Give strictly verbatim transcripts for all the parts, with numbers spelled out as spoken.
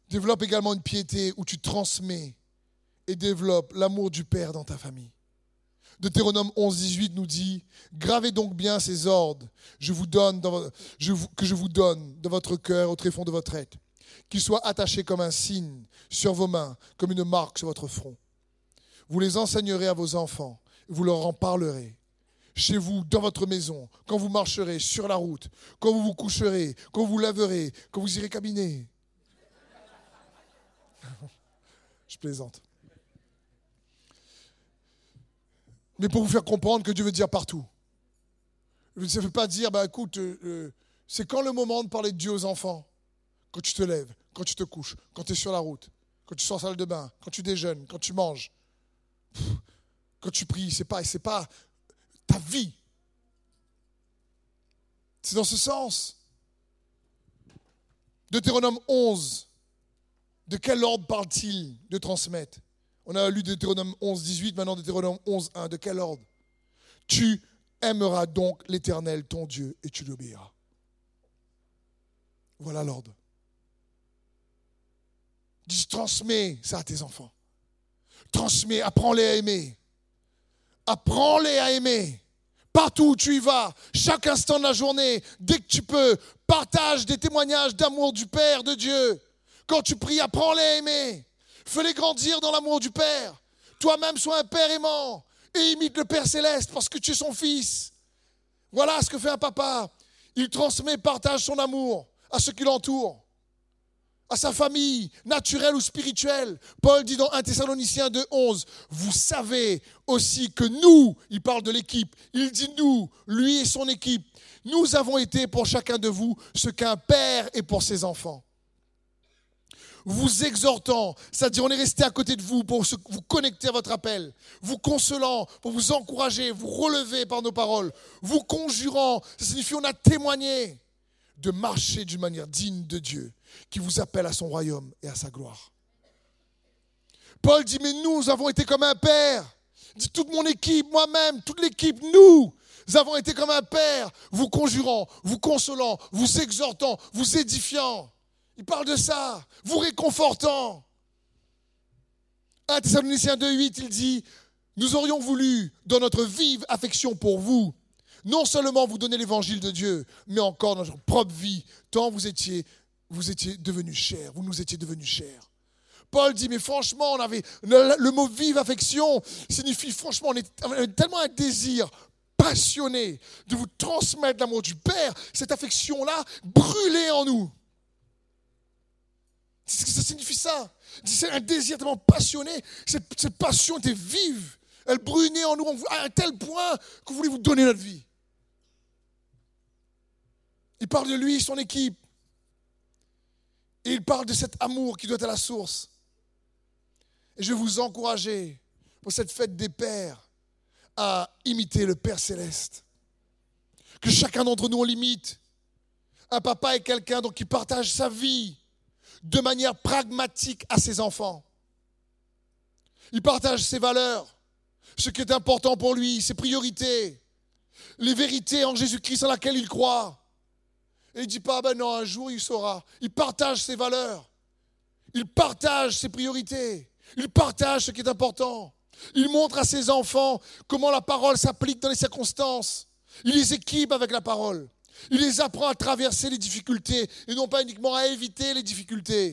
Développe également une piété où tu transmets et développes l'amour du Père dans ta famille. Deutéronome onze, dix-huit nous dit « Gravez donc bien ces ordres je vous donne dans, je vous, que je vous donne de votre cœur au tréfonds de votre être, qu'ils soient attachés comme un signe sur vos mains, comme une marque sur votre front. Vous les enseignerez à vos enfants, vous leur en parlerez. Chez vous, dans votre maison, quand vous marcherez sur la route, quand vous vous coucherez, quand vous vous laverez, quand vous irez cabiner. » Je plaisante. Mais pour vous faire comprendre que Dieu veut dire partout. Ça ne veut pas dire, bah, écoute, euh, c'est quand le moment de parler de Dieu aux enfants? Quand tu te lèves, quand tu te couches, quand tu es sur la route, quand tu sors en salle de bain, quand tu déjeunes, quand tu manges, pff, quand tu pries, c'est pas, c'est pas ta vie. C'est dans ce sens. Deutéronome onze, de quel ordre parle-t-il de transmettre? On a lu Deutéronome onze, dix-huit, maintenant Deutéronome onze, un. De quel ordre? Tu aimeras donc l'Éternel, ton Dieu, et tu l'obéiras. Voilà l'ordre. Dis, transmets ça à tes enfants. Transmets, apprends-les à aimer. Apprends-les à aimer. Partout où tu y vas, chaque instant de la journée, dès que tu peux, partage des témoignages d'amour du Père, de Dieu. Quand tu pries, apprends-les à aimer. Fais-les grandir dans l'amour du Père. Toi-même, sois un Père aimant et imite le Père céleste parce que tu es son fils. Voilà ce que fait un papa. Il transmet, partage son amour à ceux qui l'entourent, à sa famille, naturelle ou spirituelle. Paul dit dans un Thessaloniciens deux, onze, vous savez aussi que nous, il parle de l'équipe, il dit nous, lui et son équipe, nous avons été pour chacun de vous ce qu'un père est pour ses enfants. Vous exhortant, c'est-à-dire on est resté à côté de vous pour vous connecter à votre appel, vous consolant, pour vous encourager, vous relever par nos paroles, vous conjurant, ça signifie on a témoigné de marcher d'une manière digne de Dieu, qui vous appelle à son royaume et à sa gloire. Paul dit, mais nous avons été comme un père. Il dit, toute mon équipe, moi-même, toute l'équipe, nous avons été comme un père, vous conjurant, vous consolant, vous exhortant, vous édifiant. Il parle de ça, vous réconfortant. un Thessaloniciens deux, huit, il dit, nous aurions voulu, dans notre vive affection pour vous, non seulement vous donner l'évangile de Dieu, mais encore dans notre propre vie, tant vous étiez, vous étiez devenus chers, vous nous étiez devenus chers. Paul dit, mais franchement, on avait le, le mot vive affection signifie, franchement, on, est, on avait tellement un désir passionné de vous transmettre l'amour du Père, cette affection-là brûlée en nous. C'est ce que ça signifie ça. C'est un désir tellement passionné, cette, cette passion était vive, elle brûlait en nous à un tel point que vous voulez vous donner notre vie. Il parle de lui et son équipe. Et il parle de cet amour qui doit être à la source. Et je vais vous encourager pour cette fête des pères à imiter le Père céleste. Que chacun d'entre nous on l'imite. Un papa est quelqu'un donc qui partage sa vie de manière pragmatique à ses enfants. Il partage ses valeurs, ce qui est important pour lui, ses priorités, les vérités en Jésus-Christ en laquelle il croit. Et il ne dit pas, ben non, un jour il saura. Il partage ses valeurs. Il partage ses priorités. Il partage ce qui est important. Il montre à ses enfants comment la parole s'applique dans les circonstances. Il les équipe avec la parole. Il les apprend à traverser les difficultés et non pas uniquement à éviter les difficultés.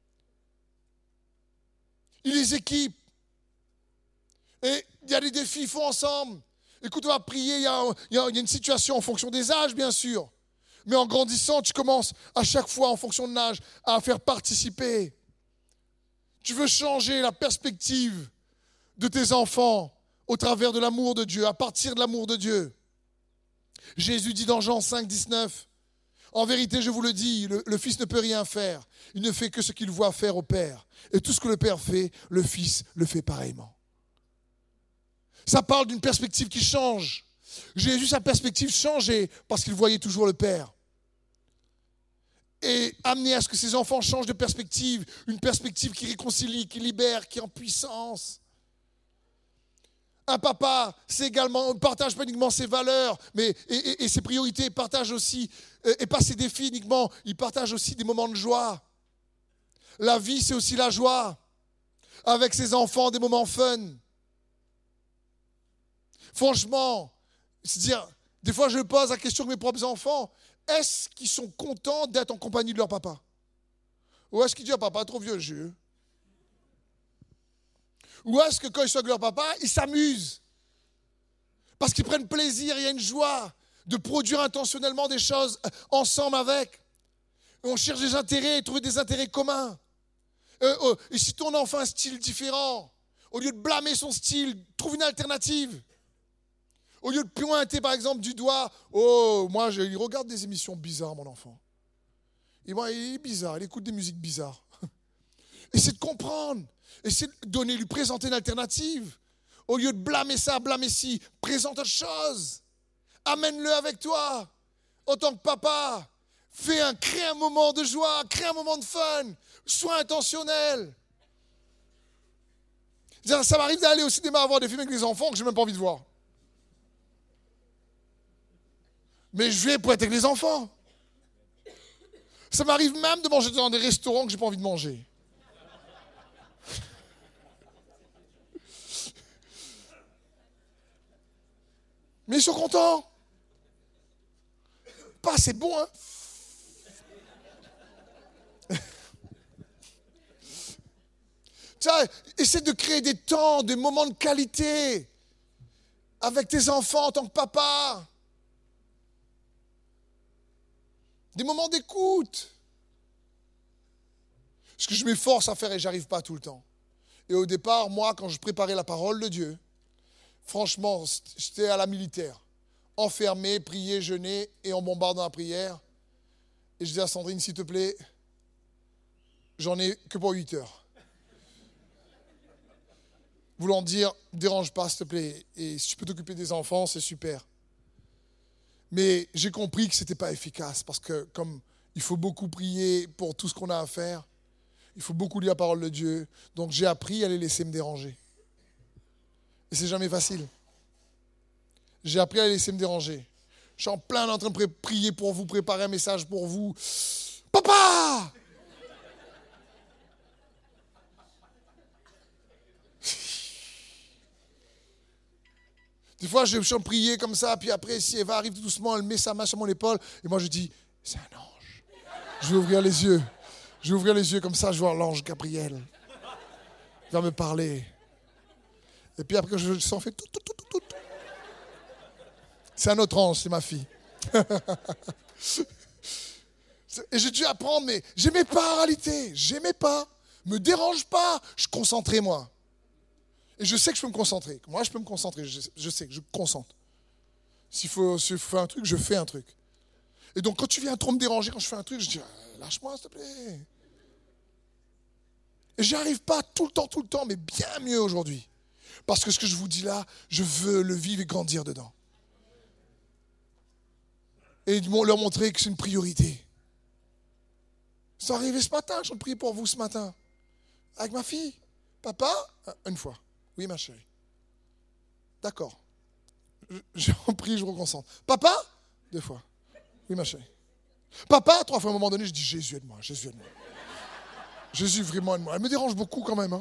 Il les équipe. Et il y a des défis, il faut ensemble. Écoute, on va prier, il y a, il y a, il y a une situation en fonction des âges, bien sûr. Mais en grandissant, tu commences à chaque fois, en fonction de l'âge, à faire participer. Tu veux changer la perspective de tes enfants au travers de l'amour de Dieu, à partir de l'amour de Dieu. Jésus dit dans Jean cinq, dix-neuf, « En vérité, je vous le dis, le, le Fils ne peut rien faire. Il ne fait que ce qu'il voit faire au Père. Et tout ce que le Père fait, le Fils le fait pareillement. » Ça parle d'une perspective qui change. Jésus, sa perspective changeait parce qu'il voyait toujours le Père. Et amener à ce que ses enfants changent de perspective, une perspective qui réconcilie, qui libère, qui est en puissance. Un papa, c'est également, ne partage pas uniquement ses valeurs mais, et, et, et ses priorités, il partage aussi, et pas ses défis uniquement, il partage aussi des moments de joie. La vie, c'est aussi la joie. Avec ses enfants, des moments fun. Franchement, c'est-à-dire, des fois, je pose la question à mes propres enfants. Est-ce qu'ils sont contents d'être en compagnie de leur papa? Ou est-ce qu'ils disent, ah, papa, trop vieux jeu? Ou est-ce que quand ils sont avec leur papa, ils s'amusent? Parce qu'ils prennent plaisir, il y a une joie de produire intentionnellement des choses ensemble avec. On cherche des intérêts, trouver des intérêts communs. Euh, euh, et si ton enfant a un style différent, au lieu de blâmer son style, trouve une alternative. Au lieu de pointer par exemple du doigt, oh, moi je, il regarde des émissions bizarres, mon enfant. Et moi, il est bizarre, il écoute des musiques bizarres. Essaie de comprendre, essaie de donner, lui présenter une alternative. Au lieu de blâmer ça, blâmer ci, présente autre chose. Amène-le avec toi. En tant que papa, fais un, crée un moment de joie, crée un moment de fun. Sois intentionnel. Ça m'arrive d'aller au cinéma voir des films avec les enfants que je n'ai même pas envie de voir. Mais je vais pour être avec les enfants. Ça m'arrive même de manger dans des restaurants que je n'ai pas envie de manger. Mais ils sont contents. Pas c'est bon, hein. Tiens, essaie de créer des temps, des moments de qualité avec tes enfants en tant que papa. Des moments d'écoute. Ce que je m'efforce à faire et j'arrive pas tout le temps. Et au départ, moi, quand je préparais la parole de Dieu, franchement, j'étais à la militaire. Enfermé, prier, jeûner et on bombarde dans la prière. Et je disais à Sandrine, s'il te plaît, j'en ai que pour huit heures. Voulant dire, dérange pas, s'il te plaît. Et si tu peux t'occuper des enfants, c'est super. Mais j'ai compris que ce n'était pas efficace parce que comme il faut beaucoup prier pour tout ce qu'on a à faire, il faut beaucoup lire la parole de Dieu. Donc j'ai appris à les laisser me déranger. Et c'est jamais facile. J'ai appris à les laisser me déranger. Je suis en plein en train de prier pour vous, préparer un message pour vous. Papa! Des fois, je suis en prier comme ça, puis après, si Eva arrive tout doucement, elle met sa main sur mon épaule, et moi je dis, c'est un ange. Je vais ouvrir les yeux. Je vais ouvrir les yeux comme ça, je vois l'ange Gabriel. Il va me parler. Et puis après, je sens fait tout, tout, tout, tout, tout. C'est un autre ange, c'est ma fille. Et j'ai dû apprendre, mais j'aimais pas en réalité. J'aimais pas. Me dérange pas. Je concentrais, moi. Et je sais que je peux me concentrer. Moi, je peux me concentrer. Je, je sais que je me concentre. S'il faut, s'il faut faire un truc, je fais un truc. Et donc, quand tu viens trop me déranger, quand je fais un truc, je dis, lâche-moi, s'il te plaît. Et j'y arrive pas tout le temps, tout le temps, mais bien mieux aujourd'hui. Parce que ce que je vous dis là, je veux le vivre et grandir dedans. Et leur montrer que c'est une priorité. C'est arrivé ce matin, je prie pour vous ce matin. Avec ma fille. Papa, une fois. Oui, ma chérie. D'accord. J'ai prie, je me concentre. Papa, deux fois. Oui, ma chérie. Papa, trois fois à un moment donné, je dis Jésus aide-moi, Jésus aide-moi. Jésus vraiment aide-moi. Elle me dérange beaucoup quand même. Hein.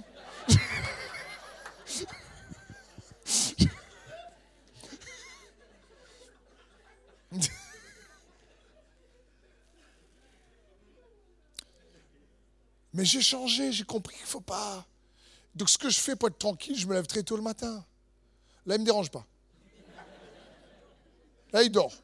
Mais j'ai changé, j'ai compris qu'il ne faut pas. Donc ce que je fais pour être tranquille, je me lève très tôt le matin. Là, il ne me dérange pas. Là, il dort.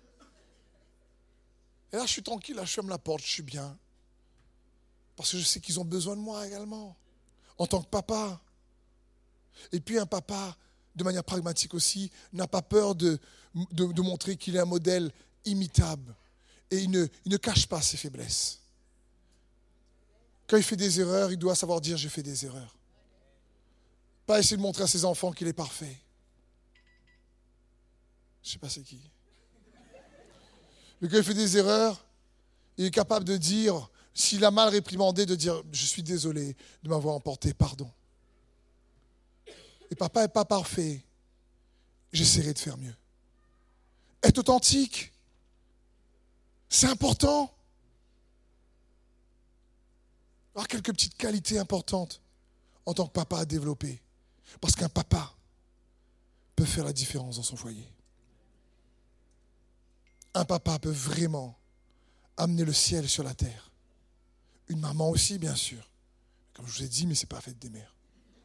Et là, je suis tranquille, là, je ferme la porte, je suis bien. Parce que je sais qu'ils ont besoin de moi également, en tant que papa. Et puis un papa, de manière pragmatique aussi, n'a pas peur de, de, de montrer qu'il est un modèle imitable. Et il ne, il ne cache pas ses faiblesses. Quand il fait des erreurs, il doit savoir dire « j'ai fait des erreurs ». Pas essayer de montrer à ses enfants qu'il est parfait. Je ne sais pas c'est qui. Mais quand il fait des erreurs, il est capable de dire, s'il a mal réprimandé, de dire « je suis désolé de m'avoir emporté, pardon ». Et papa n'est pas parfait. J'essaierai de faire mieux. Être authentique, c'est important. avoir quelques petites qualités importantes en tant que papa à développer. Parce qu'un papa peut faire la différence dans son foyer. Un papa peut vraiment amener le ciel sur la terre. Une maman aussi, bien sûr. Comme je vous ai dit, mais ce n'est pas fait des mères.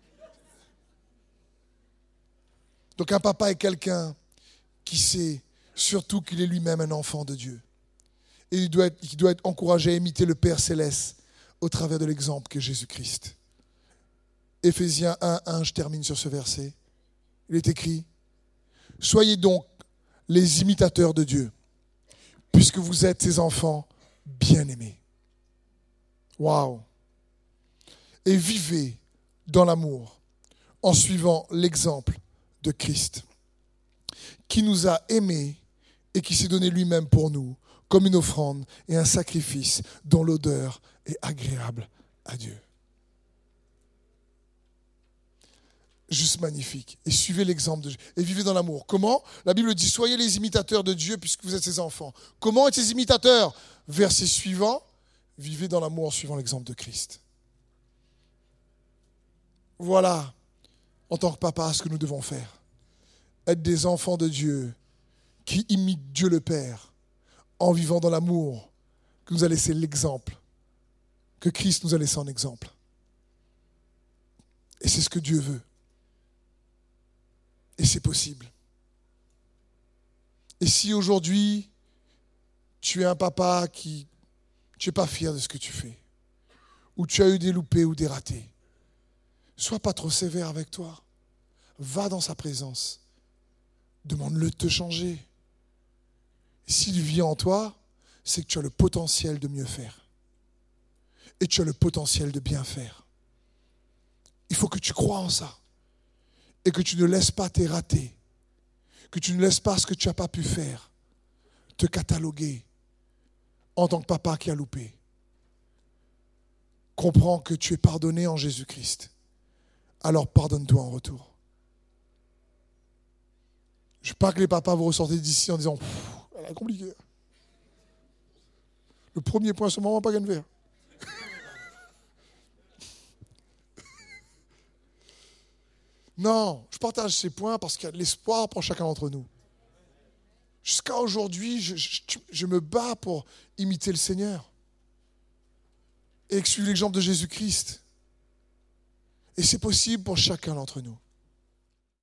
Donc un papa est quelqu'un qui sait surtout qu'il est lui-même un enfant de Dieu. Et il doit être, il doit être encouragé à imiter le Père Céleste au travers de l'exemple qu'est Jésus-Christ. Éphésiens un, un, je termine sur ce verset. Il est écrit « Soyez donc les imitateurs de Dieu, puisque vous êtes ses enfants bien-aimés. » Waouh! Et vivez dans l'amour en suivant l'exemple de Christ, qui nous a aimés et qui s'est donné lui-même pour nous comme une offrande et un sacrifice dont l'odeur est agréable à Dieu. Juste magnifique. Et suivez l'exemple de Dieu. Et vivez dans l'amour. Comment? La Bible dit, soyez les imitateurs de Dieu puisque vous êtes ses enfants. Comment être ses imitateurs? Verset suivant, vivez dans l'amour en suivant l'exemple de Christ. Voilà, en tant que papa, ce que nous devons faire. Être des enfants de Dieu qui imitent Dieu le Père en vivant dans l'amour que nous a laissé l'exemple, que Christ nous a laissé en exemple. Et c'est ce que Dieu veut. Et c'est possible. Et si aujourd'hui, tu es un papa qui, tu n'es pas fier de ce que tu fais, ou tu as eu des loupés ou des ratés, sois pas trop sévère avec toi. Va dans sa présence. Demande-le de te changer. Et s'il vit en toi, c'est que tu as le potentiel de mieux faire. Et tu as le potentiel de bien faire. Il faut que tu crois en ça. Et que tu ne laisses pas tes ratés, que tu ne laisses pas ce que tu n'as pas pu faire, te cataloguer en tant que papa qui a loupé. Comprends que tu es pardonné en Jésus-Christ. Alors pardonne-toi en retour. Je ne veux pas que les papas vous ressortez d'ici en disant « elle est compliquée. Le premier point, c'est maman, pas gagne faire. » Non, je partage ces points parce qu'il y a de l'espoir pour chacun d'entre nous. Jusqu'à aujourd'hui, je, je, je me bats pour imiter le Seigneur et suivre l'exemple de Jésus-Christ. Et c'est possible pour chacun d'entre nous.